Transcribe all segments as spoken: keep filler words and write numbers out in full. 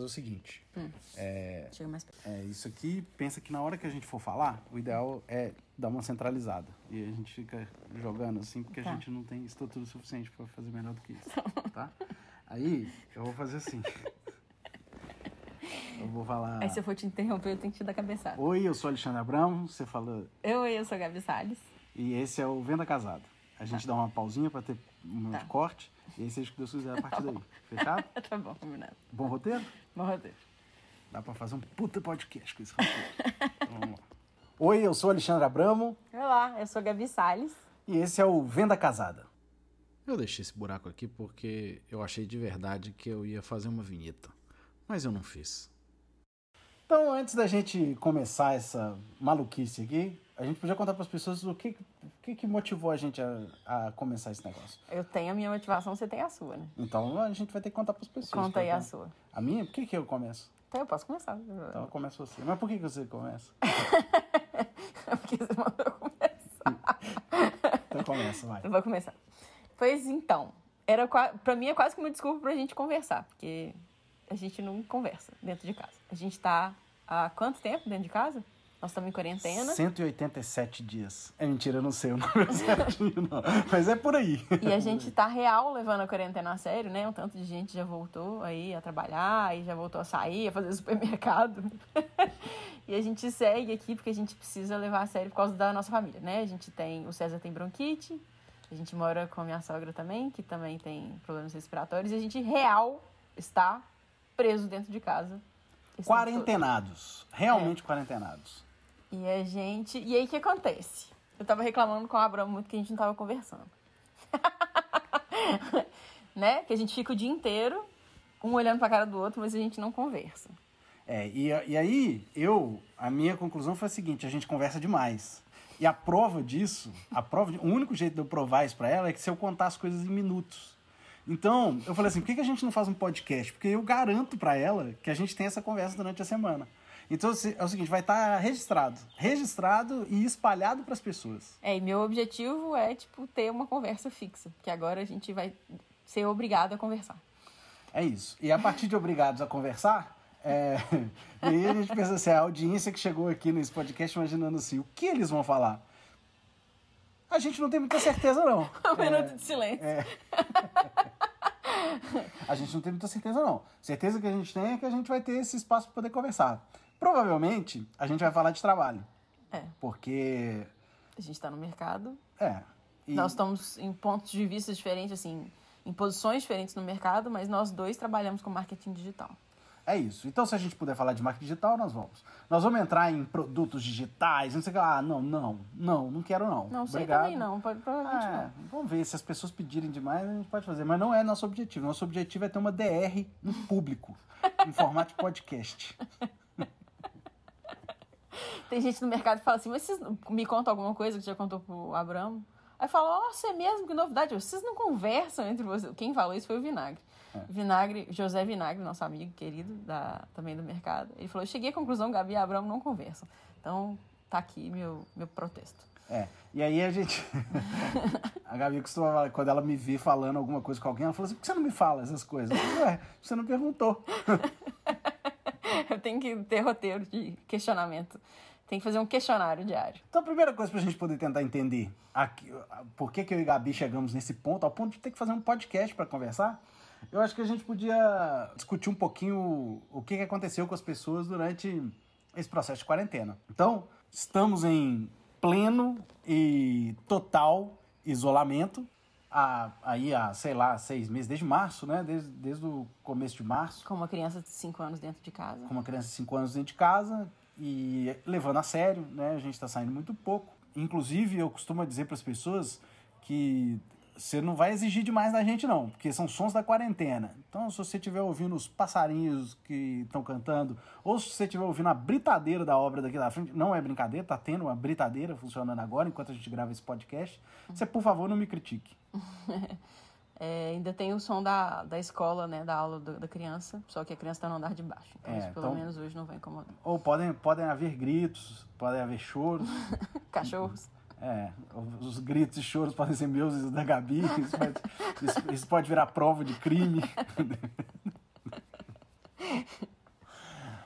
o seguinte. Hum. É, Chega mais perto. é, isso aqui, pensa que na hora que a gente for falar, o ideal é dar uma centralizada. E a gente fica jogando assim, porque Tá. a gente não tem estrutura suficiente para fazer melhor do que isso, tá? Aí, eu vou fazer assim. Eu vou falar... Aí se eu for te interromper, eu tenho que te dar cabeçada. Oi, eu sou Alexandre Abramo, você fala... Eu, eu sou a Gabi Salles. E esse é o Venda Casada. A gente Tá. dá uma pausinha para ter um Tá. corte, e aí seja o que Deus quiser a partir daí. Fechado? Tá bom, combinado. Bom roteiro? Bom roteiro. Dá pra fazer um puta podcast com esse roteiro. Então, vamos lá. Oi, eu sou Alexandre Abramo Olá, eu sou a Gabi Salles. e esse é o Venda Casada. Eu deixei esse buraco aqui porque eu achei de verdade que eu ia fazer uma vinheta, mas eu não fiz. Então, antes da gente começar essa maluquice aqui, a gente podia contar para as pessoas o que, o que, que motivou a gente a, a começar esse negócio. Eu tenho a minha motivação, você tem a sua, né? Então, a gente vai ter que contar para as pessoas. Conta aí tá? a sua. A minha? Por que, que eu começo? Então eu posso começar. Então, eu começo você. Mas por que, que você começa? Porque você mandou começar. Então, começa, vai. Eu vou começar. Pois então, era, qua- pra mim é quase que uma desculpa pra gente conversar, porque a gente não conversa dentro de casa. A gente tá há quanto tempo dentro de casa? Nós estamos em quarentena. cento e oitenta e sete dias. É mentira, eu não sei o número certinho, não. Mas é por aí. E a gente tá real levando a quarentena a sério, né? Um tanto de gente já voltou aí a trabalhar, e já voltou a sair, a fazer supermercado. E a gente segue aqui porque a gente precisa levar a sério por causa da nossa família, né? A gente tem... O César tem bronquite, a gente mora com a minha sogra também, que também tem problemas respiratórios, e a gente real está preso dentro de casa. esse tempo todo. Quarentenados. Realmente quarentenados. E a gente... E aí, o que acontece? Eu tava reclamando com o Abramo muito que a gente não tava conversando. Né? Que a gente fica o dia inteiro, um olhando pra cara do outro, mas a gente não conversa. É, e, e aí, eu... A minha conclusão foi a seguinte, a gente conversa demais. E a prova disso, a prova de, o único jeito de eu provar isso pra ela é que se eu contar as coisas em minutos. Então, eu falei assim, por que que a gente não faz um podcast? Porque eu garanto pra ela que a gente tem essa conversa durante a semana. Então, é o seguinte, vai estar registrado. Registrado e espalhado pras pessoas. É, e meu objetivo é, tipo, ter uma conversa fixa. Que agora a gente vai ser obrigado a conversar. É isso. E a partir de obrigados a conversar, é... e aí a gente pensa assim, a audiência que chegou aqui nesse podcast imaginando assim, o que eles vão falar? A gente não tem muita certeza, não. Um minuto de silêncio. É. A gente não tem muita certeza, não. Certeza que a gente tem é que a gente vai ter esse espaço para poder conversar. Provavelmente, a gente vai falar de trabalho. É. Porque... A gente tá no mercado. É. E... Nós estamos em pontos de vista diferentes, assim, em posições diferentes no mercado, mas nós dois trabalhamos com marketing digital. É isso. Então, se a gente puder falar de marketing digital, nós vamos. Nós vamos entrar em produtos digitais, não sei o que lá. Ah, não, não, não, não quero não. Não sei Obrigado. também não, pode, provavelmente É, não. vamos ver, se as pessoas pedirem demais, a gente pode fazer. Mas não é nosso objetivo. Nosso objetivo é ter uma D R em público, em formato de podcast. Tem gente no mercado que fala assim, mas vocês não- me contam alguma coisa que você já contou pro Abramo? Aí fala, nossa, é mesmo, que novidade. Vocês não conversam entre vocês. Quem falou isso foi o Vinagre. É. Vinagre, José Vinagre, nosso amigo querido da, também do mercado. Ele falou, eu cheguei à conclusão, Gabi e Abramo não conversam. Então, tá aqui meu, meu protesto. É, e aí a gente... A Gabi costuma falar, quando ela me vê falando alguma coisa com alguém, ela fala assim, por que você não me fala essas coisas? Eu falo, ué, você não perguntou. Eu tenho que ter roteiro de questionamento. Tem que fazer um questionário diário. Então, a primeira coisa pra gente poder tentar entender aqui, por que que eu e Gabi chegamos nesse ponto, ao ponto de ter que fazer um podcast para conversar, eu acho que a gente podia discutir um pouquinho o, o que que aconteceu com as pessoas durante esse processo de quarentena. Então, estamos em pleno e total isolamento, há, aí há, sei lá, seis meses, desde março, né? Desde, desde o começo de março, Com uma criança de cinco anos dentro de casa. com uma criança de cinco anos dentro de casa e levando a sério, né? A gente está saindo muito pouco. Inclusive, eu costumo dizer para as pessoas que você não vai exigir demais da gente, não, porque são sons da quarentena. Então, se você estiver ouvindo os passarinhos que estão cantando, ou se você estiver ouvindo a britadeira da obra daqui da frente, não é brincadeira, tá tendo uma britadeira funcionando agora, enquanto a gente grava esse podcast, você, por favor, não me critique. É, ainda tem o som da, da escola, né, da aula do, da criança, só que a criança está no andar de baixo. Então, É, isso pelo então- menos hoje não vai incomodar. Ou podem, podem haver gritos, podem haver choros. Cachorros. É, os gritos e choros podem ser meus e da Gabi, isso pode, isso, isso pode virar prova de crime.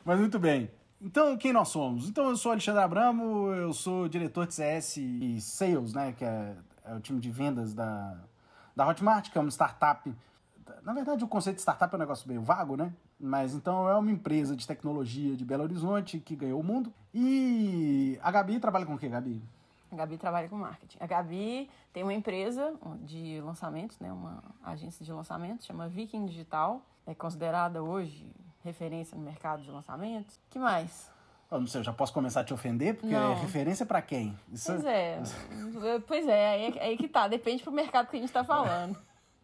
Mas muito bem. Então, quem nós somos? Então, eu sou Alexandre Abramo, eu sou diretor de C S e Sales, né? Que é, é o time de vendas da, da Hotmart, que é uma startup. Na verdade, o conceito de startup é um negócio meio vago, né? Mas então é uma empresa de tecnologia de Belo Horizonte que ganhou o mundo. E a Gabi trabalha com o quê, Gabi? A Gabi trabalha com marketing. A Gabi tem uma empresa de lançamentos, né? Uma agência de lançamentos, chama Viking Digital. É considerada hoje referência no mercado de lançamentos. Que mais? Eu não sei, eu já posso começar a te ofender? Porque Não. é referência pra quem? Isso Pois é. Pois é, aí, aí que tá. Depende pro mercado que a gente tá falando.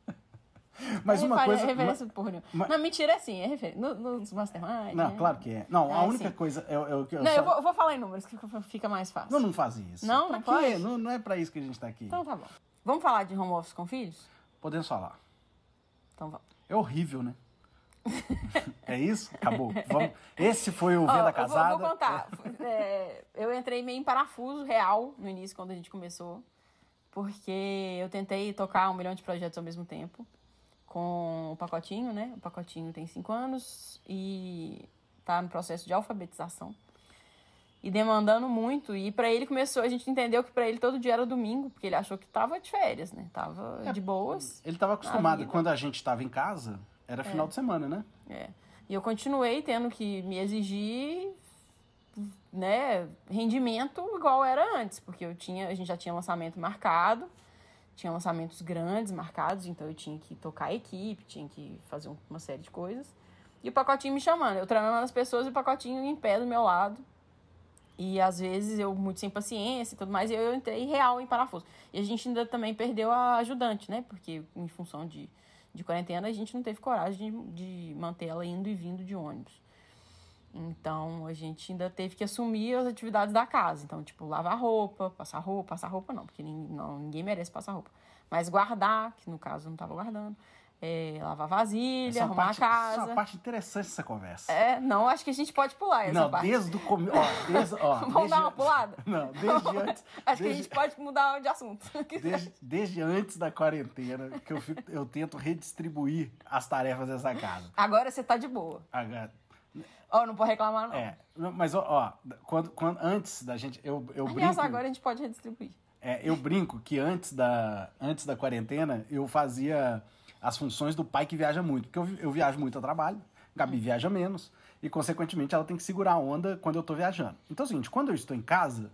Mas é uma coisa... É referência do porra nenhuma. Mas... Não, mentira, é assim, é referência. No, nos masterminds... Não, né? claro que é. Não, a é, única sim. coisa... Eu, eu, eu não, só... eu, vou, eu vou falar em números, que fica mais fácil. Não, não faz isso. Não, pra não quê? pode? Não, não é pra isso que a gente tá aqui. Então tá bom. Vamos falar de home office com filhos? Podemos falar. Então vamos. É horrível, né? É isso? Acabou. Vamos... Esse foi o Venda oh, Casada. Eu vou, vou contar. É, eu entrei meio em parafuso real no início, quando a gente começou. Porque eu tentei tocar um milhão de projetos ao mesmo tempo. Com o pacotinho, né? O pacotinho tem cinco anos e tá no processo de alfabetização. E demandando muito. E pra ele começou, a gente entendeu que pra ele todo dia era domingo, porque ele achou que tava de férias, né? Tava É, de boas. Ele tava acostumado. Quando a gente tava em casa, era final é. de semana, né? É. E eu continuei tendo que me exigir, né, rendimento igual era antes, porque eu tinha, a gente já tinha lançamento marcado. Tinha lançamentos grandes, marcados, então eu tinha que tocar a equipe, tinha que fazer uma série de coisas. E o pacotinho me chamando, eu treinando as pessoas e o pacotinho em pé do meu lado. E às vezes eu muito sem paciência e tudo mais, e eu entrei real em parafuso. E a gente ainda também perdeu a ajudante, né? Porque em função de, de quarentena a gente não teve coragem de, de manter ela indo e vindo de ônibus. Então, a gente ainda teve que assumir as atividades da casa. Então, tipo, lavar roupa, passar roupa. Passar roupa não, porque ninguém, não, ninguém merece passar roupa. Mas guardar, que no caso eu não estava guardando. É, lavar vasilha, essa arrumar parte, a casa. Essa é uma parte interessante dessa conversa. É, não, acho que a gente pode pular essa não, parte. desde o começo... Desde, ó, Vamos desde, dar uma pulada? Não, desde antes... Acho desde, que a gente pode mudar de assunto. Desde, desde antes da quarentena, que eu, fico, eu tento redistribuir as tarefas dessa casa. Agora você tá de boa. Agora... Ó, oh, não pode reclamar, não. É, mas ó, ó quando, quando, antes da gente, eu, eu Aliás, brinco... agora a gente pode redistribuir. É, eu brinco que antes da, antes da quarentena, eu fazia as funções do pai que viaja muito. Porque eu, eu viajo muito a trabalho, Gabi hum. viaja menos, e consequentemente ela tem que segurar a onda quando eu tô viajando. Então é o seguinte, quando eu estou em casa,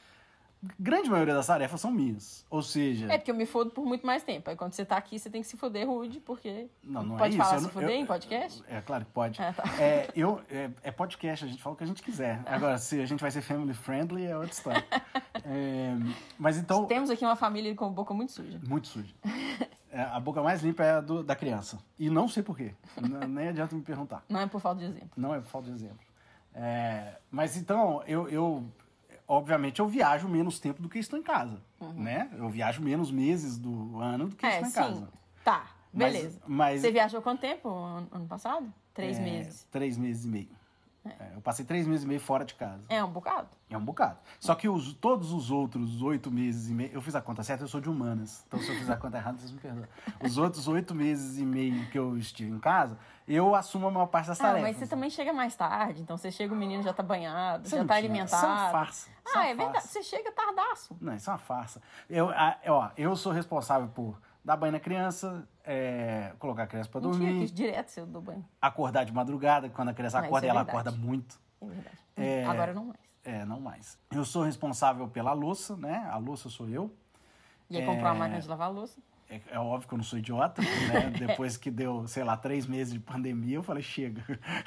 grande maioria das tarefas são minhas. Ou seja... É, porque eu me fodo por muito mais tempo. Aí quando você tá aqui, você tem que se foder rude, porque... Não, não pode é falar isso. se foder eu, em podcast? É, claro que pode. Ah, tá. é, eu, é, é podcast, a gente fala o que a gente quiser. Ah. Agora, se a gente vai ser family friendly, é outra história. é, mas então... Temos aqui uma família com boca muito suja. Muito suja. É, a boca mais limpa é a do, da criança. E não sei por quê. Nem adianta me perguntar. Não é por falta de exemplo. Não é por falta de exemplo. É, mas então, eu... eu obviamente, eu viajo menos tempo do que estou em casa, uhum. né? Eu viajo menos meses do ano do que é, estou em sim. casa. Tá, beleza. Mas, mas... Você viajou quanto tempo ano, ano passado? Três é, meses. Três meses e meio. É. É, eu passei três meses e meio fora de casa. É um bocado? É um bocado. Só que os, todos os outros oito meses e meio... Eu fiz a conta certa, eu sou de humanas. Então, se eu fiz a conta errada, vocês me perdoam. Os outros oito meses e meio que eu estive em casa, eu assumo a maior parte das tarefas. Ah, mas você também chega mais tarde. Então, você chega, o menino já tá banhado, você já tá tinha. alimentado. Isso é uma farsa. Isso ah, é, é verdade. Você chega tardaço. Não, isso é uma farsa. Eu, a, ó, eu sou responsável por dar banho na criança, é, colocar a criança pra Mentira, dormir. Que direto você dou banho. Acordar de madrugada, quando a criança ah, acorda, é ela verdade. acorda muito. É verdade. É, Agora não mais. É, não mais. Eu sou responsável pela louça, né? A louça sou eu. E aí é, comprou uma máquina de lavar louça? É, é óbvio que eu não sou idiota, né? Depois que deu, sei lá, três meses de pandemia, eu falei, chega.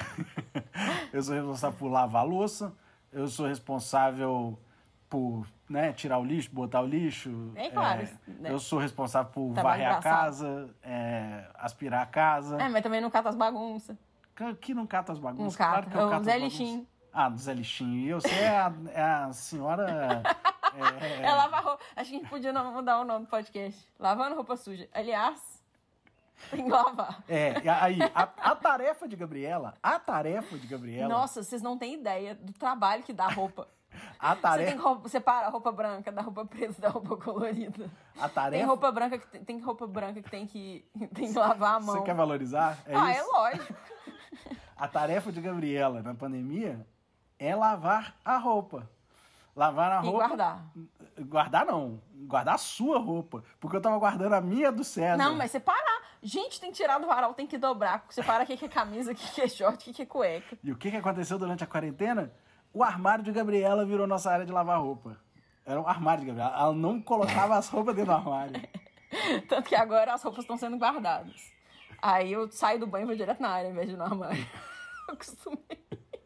Eu sou responsável por lavar a louça, eu sou responsável por, né, tirar o lixo, botar o lixo. É claro. É, né? Eu sou responsável por Tá varrer a casa, é, aspirar a casa. É, mas também não cata as bagunças. Que não cata as bagunças? Não cata. Claro que eu o cato Zé as Lixinho. Ah, do Zé Lixinho. E eu sei, é a, é a senhora... É, é lava roupa. Acho que a gente podia mudar o nome do podcast. Lavando roupa suja. Aliás, tem que lavar. É, aí, a, a tarefa de Gabriela, a tarefa de Gabriela... Nossa, vocês não têm ideia do trabalho que dá a roupa. A tarefa... Você tem roupa, separa a roupa branca da roupa preta da roupa colorida. A tarefa... Tem roupa branca que tem, tem roupa branca que tem que, tem que lavar a mão. Você quer valorizar? É ah, isso? é lógico. A tarefa de Gabriela na pandemia é lavar a roupa. Lavar a E roupa... guardar. Guardar não. Guardar a sua roupa. Porque eu tava guardando a minha do César. Não, mas separar. Gente, tem que tirar do varal, tem que dobrar. Separar o que é camisa, o que é short, o que é cueca. E o que, que aconteceu durante a quarentena? O armário de Gabriela virou nossa área de lavar roupa. Era um armário de Gabriela. Ela não colocava as roupas dentro do armário. Tanto que agora as roupas estão sendo guardadas. Aí eu saio do banho e vou direto na área, ao invés de ir no armário. Eu acostumei.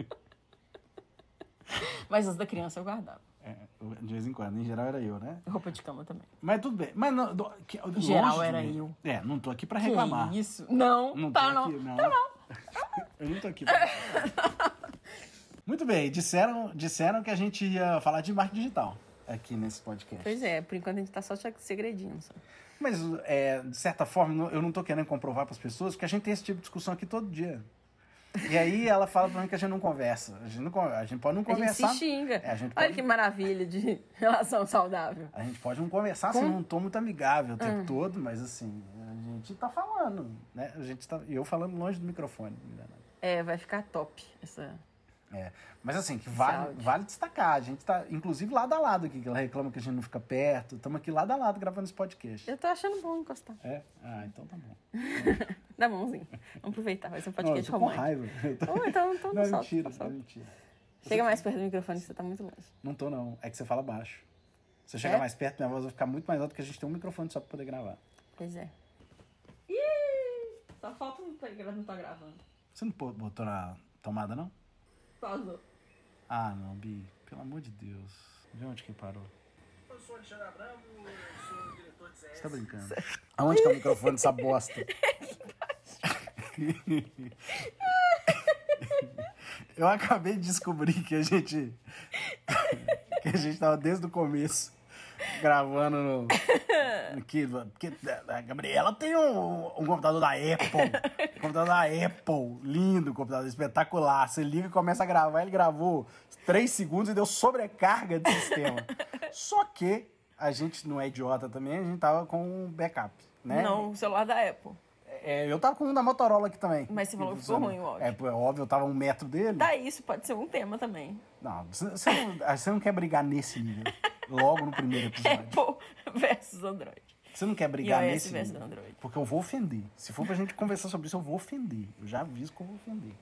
Mas as da criança eu guardava. É, de vez em quando. Em geral era eu, né? Roupa de cama também. Mas tudo bem. Mas não, do, que, Em geral longe era de mim. eu. É, não tô aqui pra reclamar. Que isso? Não, Não tá tô não. aqui, não. Tá não. Eu não tô aqui pra reclamar. Muito bem. Disseram, disseram que a gente ia falar de marketing digital aqui nesse podcast. Pois é, por enquanto a gente tá só segredinho. Só. Mas, é, de certa forma, eu não tô querendo comprovar pras pessoas, porque a gente tem esse tipo de discussão aqui todo dia. E aí ela fala pra mim que a gente não conversa. A gente, não, a gente pode não conversar. A gente se xinga. É, a gente Olha pode, que maravilha de relação saudável. a gente pode não conversar Com... assim, num tom muito amigável o tempo Hum. todo, mas assim, a gente tá falando, né? A gente tá, e eu falando longe do microfone. É, vai ficar top essa... É, mas assim, que vale, áudio. vale destacar. A gente tá, inclusive, lado a lado aqui, que ela reclama que a gente não fica perto. Estamos aqui lado a lado gravando esse podcast. Eu tô achando bom encostar. É? Ah, então tá bom. Dá mãozinho. Vamos aproveitar, vai ser um Não, eu podcast tô com romântico. raiva. Eu tô- Oh, então, então Não, é solta, mentira, solta. é mentira. Chega mais perto do microfone que você tá muito longe. Não tô, não. É que você fala baixo. Se eu chegar É? mais perto, minha voz vai ficar muito mais alta, porque a gente tem um microfone só pra poder gravar. Pois é. Ih, só falta um que não tá gravando. Você não pô- botou na tomada, não? Pausou. Ah, não, Bi. Pelo amor de Deus. De onde que parou? Eu sou Alexandre Abramo, eu sou o diretor de C S. Você tá brincando? Aonde que é o microfone dessa bosta? Eu acabei de descobrir que a gente... que a gente tava desde o começo gravando no... Aqui, porque a Gabriela tem um, um computador da Apple. Um computador da Apple. Lindo, computador espetacular. Você liga e começa a gravar. Ele gravou três segundos e deu sobrecarga de sistema. Só que a gente não é idiota também, a gente tava com um backup, né? Não, o celular da Apple. É, eu tava com um da Motorola aqui também. Mas você falou que ficou ruim o áudio. É, pô, é óbvio, eu tava a um metro dele. Tá, isso pode ser um tema também. Não, você, você não, você não quer brigar nesse nível. Logo no primeiro episódio. Apple versus Android. Você não quer brigar iOS nesse versus nível. Android. Porque eu vou ofender. Se for pra gente conversar sobre isso, eu vou ofender. Eu já aviso que eu vou ofender.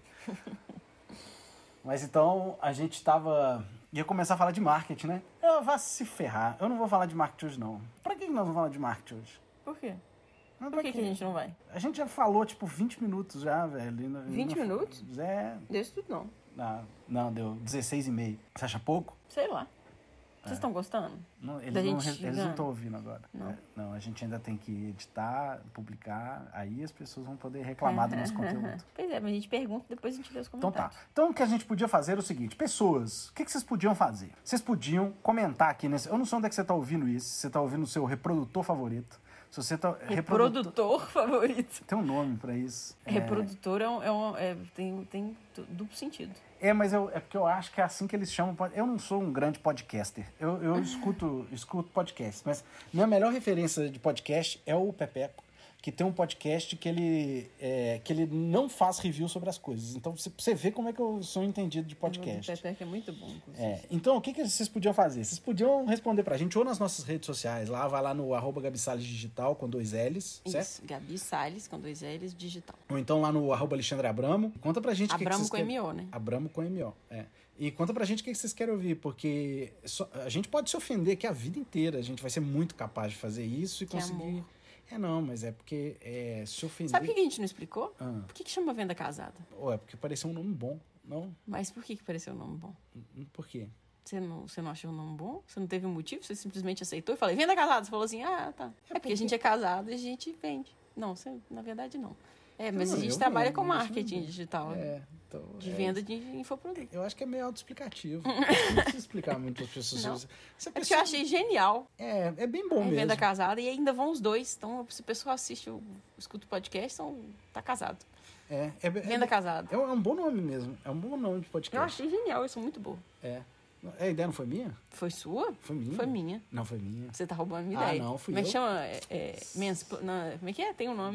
Mas então, a gente tava... Ia começar a falar de marketing, né? Eu vá se ferrar. Eu não vou falar de marketing hoje, não. Pra que nós vamos falar de marketing hoje? Por quê? Não, Por pra que, quê? que a gente não vai? A gente já falou, tipo, vinte minutos já, velho. E não- vinte não- minutos? É... Deu isso tudo não. Não, não, deu dezesseis e meio. Você acha pouco? Sei lá. Vocês estão gostando? Não, eles, Da não, gente eles não xingando? estão ouvindo agora. Não. É, não, a gente ainda tem que editar, publicar, aí as pessoas vão poder reclamar do nosso conteúdo. Pois é, mas a gente pergunta e depois a gente lê os Então comentários. tá. Então o que a gente podia fazer era o seguinte: pessoas, o que, que vocês podiam fazer? Vocês podiam comentar aqui nesse. Eu não sei onde é que você tá ouvindo isso, se você tá ouvindo o seu reprodutor favorito. Se você tá. Reprodutor favorito. Tem um nome pra isso. É, Reprodutor é um, é um- é- tem, tem tu- duplo sentido. É, mas eu, é porque eu acho que é assim que eles chamam. pod- Eu não sou um grande podcaster. Eu, eu escuto, escuto podcast, mas minha melhor referência de podcast é o Pepeco, que tem um podcast que ele, é, que ele não faz review sobre as coisas. Então você, você vê como é que eu sou entendido de podcast. O Pepe é muito bom, inclusive. É, então, o que, que vocês podiam fazer? Vocês podiam responder pra gente ou nas nossas redes sociais. Lá, vai lá no arroba Gabi Salles Digital com dois L's, certo? Isso, Gabi Salles, com dois L's, digital. Ou então lá no arroba Alexandre Abramo. Conta pra gente o que, que Abramo vocês com querem... M O, né? Abramo com M O, é. E conta pra gente o que que vocês querem ouvir, porque só- a gente pode se ofender que a vida inteira a gente vai ser muito capaz de fazer isso e Que conseguir... amor. É, não, mas é porque é, se ofender... Sabe por que a gente não explicou? Ah. Por que, que chama Venda Casada? Ou é porque pareceu um nome bom, não? Mas por que, que pareceu um nome bom? Por quê? Você não, você não achou um nome bom? Você não teve um motivo? Você simplesmente aceitou e falei, Venda Casada. Você falou assim, ah, tá. É porque a gente é casado e a gente vende. Não, você, na verdade, não. É, mas Não, a gente eu trabalha vendo, com mas eu marketing vendo. digital. É, então... De é venda de infoproduto. Eu acho que é meio autoexplicativo. Não precisa explicar muito para as pessoas. Não. Se a É porque pessoa- eu achei genial. É, é bem bom É mesmo. Venda Casada e ainda vão os dois. Então, se a pessoa assiste, o, escuta o podcast, então tá casado. É, é, é, Venda é, Casada. é um bom nome mesmo. É um bom nome de podcast. Eu achei genial, isso muito bom. É. A ideia não foi minha? Foi sua? Foi minha? Foi minha. Não, foi minha. Você tá roubando a minha Ah, ideia. não, fui Como é que eu. chama? É, é, menspl- não, como é que é? Tem um nome.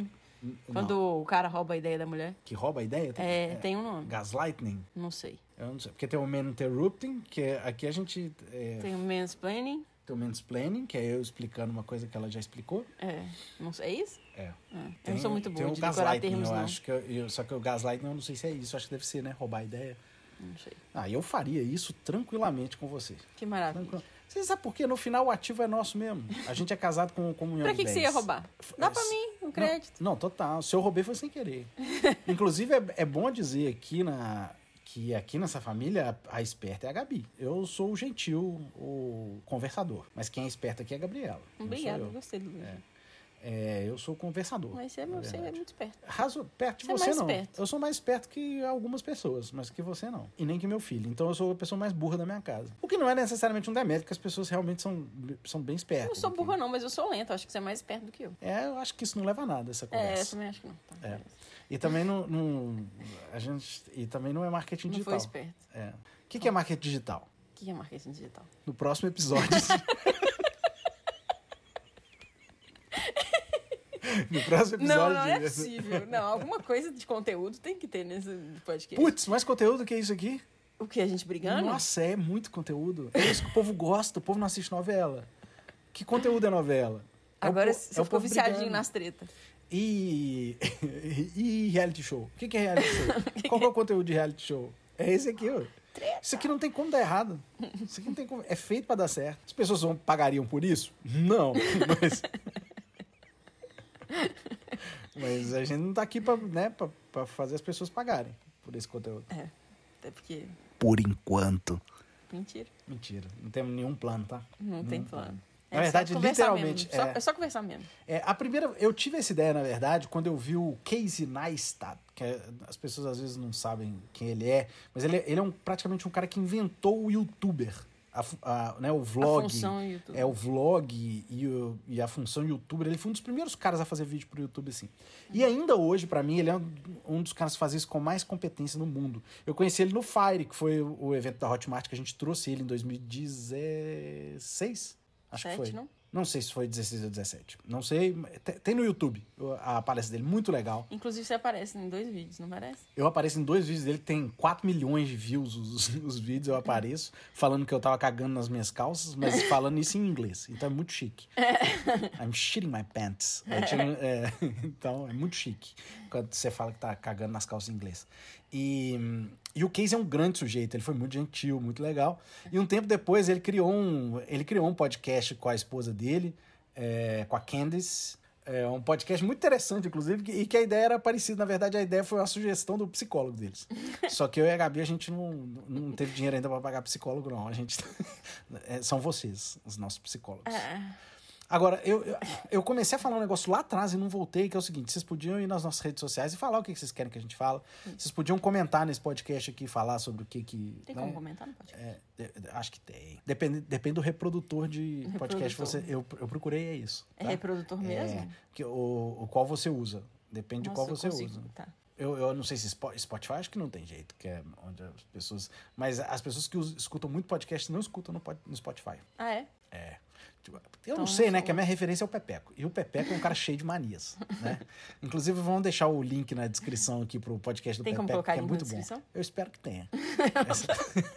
Quando Não. o cara rouba a ideia da mulher. Que rouba a ideia? É, tem um nome. Gaslighting? Não sei. Eu não sei. Porque tem o man interrupting, que é, aqui a gente... É, Tem o mansplaining. tem o mansplaining, que é eu explicando uma coisa que ela já explicou. É. Não sei. É isso? É. Ah, Tem, eu não sou muito tem boa o de decorar gaslighting, termos, eu não. acho que eu, eu- só que o gaslighting eu não sei se é isso, eu acho que deve ser, né? Roubar a ideia. Não sei. Ah, eu faria isso tranquilamente com você. Que maravilha. Tranquilo. Você sabe por quê? No final o ativo é nosso mesmo. A gente é casado com comunhão Pra de que, que você bens. ia roubar? Dá pra mim um crédito. Não, não, total. Se eu roubei foi sem querer. Inclusive, é, é bom dizer aqui na, que aqui nessa família a, a esperta é a Gabi. Eu sou o gentil, o conversador. Mas quem é esperta aqui é a Gabriela. não sou Obrigada, eu. gostei do elogio. É, eu sou o conversador. Mas você é, na você é verdade. muito esperto. Razo, perto de Você é você, mais não. esperto. Eu sou mais esperto que algumas pessoas, mas que você não. E nem que meu filho. Então eu sou a pessoa mais burra da minha casa. O que não é necessariamente um demérito, porque as pessoas realmente são, são bem Eu espertas. não sou aqui. burra, não, mas eu sou lenta. Acho que você é mais esperto do que eu. É, eu acho que isso não leva a nada, essa É, conversa. eu também acho que não. Tá, É. beleza. E também não, não- a gente, e também não é marketing Não digital. foi esperto. É. O que, que é marketing digital? O que é marketing digital? No próximo episódio. no próximo Não, episódio. não é possível. Não, alguma coisa de conteúdo tem que ter nesse podcast. Putz, mais conteúdo que isso aqui? O que? A gente brigando? Nossa, é muito conteúdo. É isso que o povo gosta, o povo não assiste novela. Que conteúdo é novela? É o Agora po- você é o ficou povo viciadinho brigando. nas tretas. E... e reality show? O que, que é reality show? Qual que é o conteúdo de reality show? É esse aqui, ó. Isso aqui não tem como dar errado. Isso aqui não tem como... É feito pra dar certo. As pessoas vão, pagariam por isso? Não. Mas... Mas a gente não tá aqui pra, né, pra, pra fazer as pessoas pagarem por esse conteúdo. É, até porque... Por enquanto. Mentira. Mentira. Não temos nenhum plano, tá? Não tem plano. Na verdade, só conversar literalmente, mesmo. Só- é. é só conversar mesmo. É, a primeira, eu tive essa ideia, na verdade, quando eu vi o Casey Neistat, que é- as pessoas às vezes não sabem quem ele é, mas ele, é- ele é um, praticamente um cara que inventou o YouTuber, a, fu- a, né, o vlog. A função YouTube. É, o vlog e, o- e a função YouTuber. Ele foi um dos primeiros caras a fazer vídeo pro YouTube, assim. E ainda hoje, pra mim, ele é um, um dos caras que faz isso com mais competência no mundo. Eu conheci ele no Fire, que foi o, o evento da Hotmart, que a gente trouxe ele em dois mil e dezesseis. Acho Sete, que foi. não? Não sei se foi dezesseis ou dezessete. Não sei. Tem, tem no YouTube a palestra dele, muito legal. Inclusive, você aparece em dois vídeos, não parece? Eu apareço em dois vídeos dele, tem quatro milhões de views os, os vídeos, eu apareço, falando que eu tava cagando nas minhas calças, mas falando isso em inglês. Então é muito chique. I'm shitting my pants. É, tipo, é, então é muito chique quando você fala que tá cagando nas calças em inglês. E, e o Casey é um grande sujeito, ele foi muito gentil, muito legal. E um tempo depois ele criou um, ele criou um podcast com a esposa dele, é, com a Candice. É um podcast muito interessante, inclusive, que- e que a ideia era parecida. Na verdade, a ideia foi uma sugestão do psicólogo deles. Só que eu e a Gabi, a gente não, não teve dinheiro ainda para pagar psicólogo, não. A gente... é, são vocês, os nossos psicólogos. Ah, Agora, eu, eu, eu comecei a falar um negócio lá atrás e não voltei, que é o seguinte: vocês podiam ir nas nossas redes sociais e falar o que vocês querem que a gente fale. Vocês podiam comentar nesse podcast aqui, falar sobre o que que... tem né? como comentar no podcast? É, de- de- acho que tem. Depende, depende do reprodutor de podcast. que Você, eu, eu procurei, é isso. É tá? reprodutor mesmo? É, que, o, o qual você usa. Depende de Nossa, qual eu você consigo, usa. Tá. Eu, eu não sei se Spo- Spotify, acho que não tem jeito, que é onde as pessoas... Mas as pessoas que us- escutam muito podcast não escutam no, pod- no Spotify. Ah, é? É. Tipo, eu Então, não sei, né? sou- Que a minha referência é o Pepeco. E o Pepeco é um cara cheio de manias, né? Inclusive, vamos deixar o link na descrição aqui pro podcast do Tem como Pepeco, colocar que é link na muito bom. descrição? Eu espero que tenha. Essa-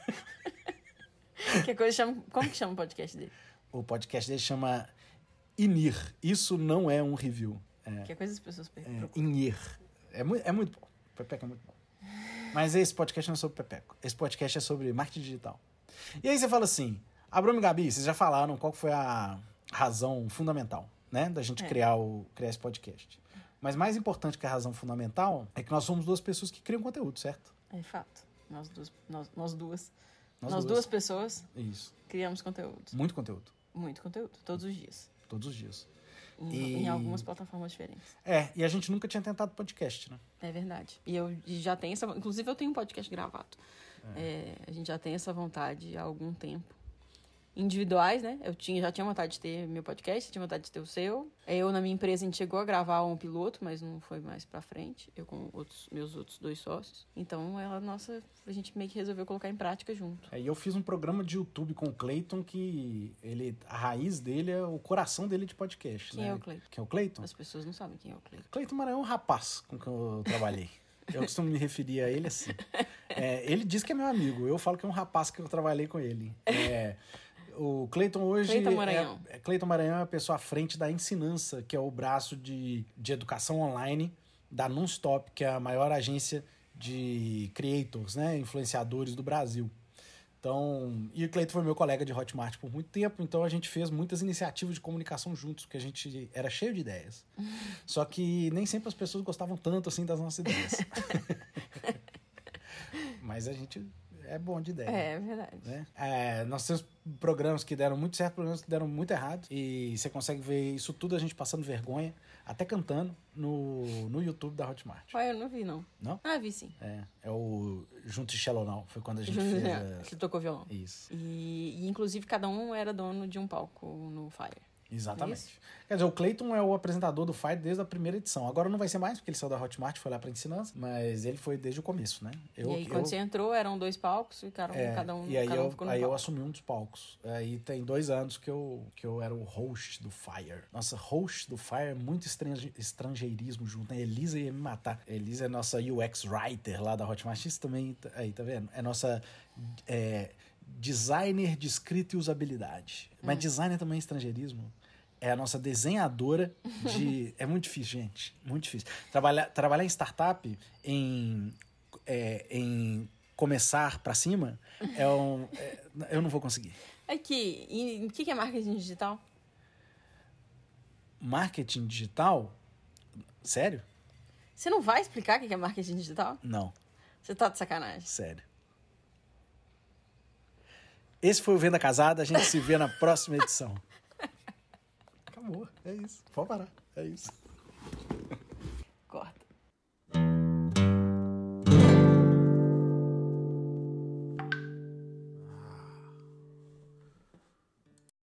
Que coisa chama... Como que chama o podcast dele? O podcast dele chama Inir. Isso não é um review. É, Que coisa as pessoas é procuram. Inir. É muito, é muito bom. O Pepeco é muito bom. Mas esse podcast não é sobre Pepeco. Esse podcast é sobre marketing digital. E aí você fala assim, a Bruno e Gabi, vocês já falaram qual foi a razão fundamental, né? Da gente É. criar, o, criar esse podcast. Mas mais importante que a razão fundamental é que nós somos duas pessoas que criam conteúdo, certo? É fato. Nós duas, nós, nós duas, Nós nós duas. duas pessoas Isso. criamos conteúdos. Muito conteúdo. Muito conteúdo, todos os dias. Todos os dias. Em, E- em algumas plataformas diferentes. É, e a gente nunca tinha tentado podcast, né? É verdade. E eu já tenho essa... Inclusive, eu tenho um podcast gravado. É, a gente já tem essa vontade há algum tempo. individuais, né? Eu tinha, já tinha vontade de ter meu podcast, tinha vontade de ter o seu. Eu, na minha empresa, a gente chegou a gravar um piloto, mas não foi mais pra frente. Eu com outros, meus outros dois sócios. Então, ela, nossa, a gente meio que resolveu colocar em prática junto. Aí eu fiz um programa de YouTube com o Cleiton que ele, a raiz dele é o coração dele de podcast. Quem né? é o Cleiton? Quem é o Cleiton? As pessoas não sabem quem é o Cleiton. Cleiton Maranhão é um rapaz com quem eu trabalhei. Eu costumo me referir a ele assim. É, ele diz que é meu amigo. Eu falo que é um rapaz que eu trabalhei com ele. É, o Cleiton hoje... Cleiton Maranhão. É, Cleiton Maranhão é a pessoa à frente da Ensinança, que é o braço de, de educação online da Nonstop, que é a maior agência de creators, né? Influenciadores do Brasil. Então, e o Cleiton foi meu colega de Hotmart por muito tempo, então a gente fez muitas iniciativas de comunicação juntos, porque a gente era cheio de ideias. Só que nem sempre as pessoas gostavam tanto assim das nossas ideias. Mas a gente é bom de ideia. É, é verdade. Né? É, nós temos programas que deram muito certo, programas que deram muito errado. E você consegue ver isso tudo a gente passando vergonha, até cantando, no, no YouTube da Hotmart. Ué, eu não vi, não. Não? Ah, vi sim. É, é o Junto e Shallow Now. Foi quando a gente Junto, fez... é, A... Você tocou violão. Isso. E, e, inclusive, cada um era dono de um palco no Fire. Exatamente. Isso? Quer dizer, o Cleiton é o apresentador do Fire desde a primeira edição. Agora não vai ser mais, porque ele saiu da Hotmart, foi lá pra Ensinança, mas ele foi desde o começo, né? Eu, e aí, eu, quando você entrou, eram dois palcos, ficaram é, cada um, e aí cada um eu, ficou no aí palco. eu assumi um dos palcos. Aí tem dois anos que eu, que eu era o host do Fire. Nossa, host do Fire é muito estrange, estrangeirismo junto, né? Elisa ia me matar. Elisa é nossa U X writer lá da Hotmart. Isso também, aí, tá vendo? É nossa... É, designer de escrita e usabilidade. Mas hum. designer também é estrangeirismo. É a nossa desenhadora de... É muito difícil, gente. Muito difícil. Trabalhar, trabalhar em startup, em, é, em começar pra cima, é um... É, eu não vou conseguir. Aqui, e o que é marketing digital? Marketing digital? Sério? Você não vai explicar o que é marketing digital? Não. Você tá de sacanagem. Sério. Esse foi o Venda Casada. A gente se vê na próxima edição. Acabou. É isso. Pode parar. É isso.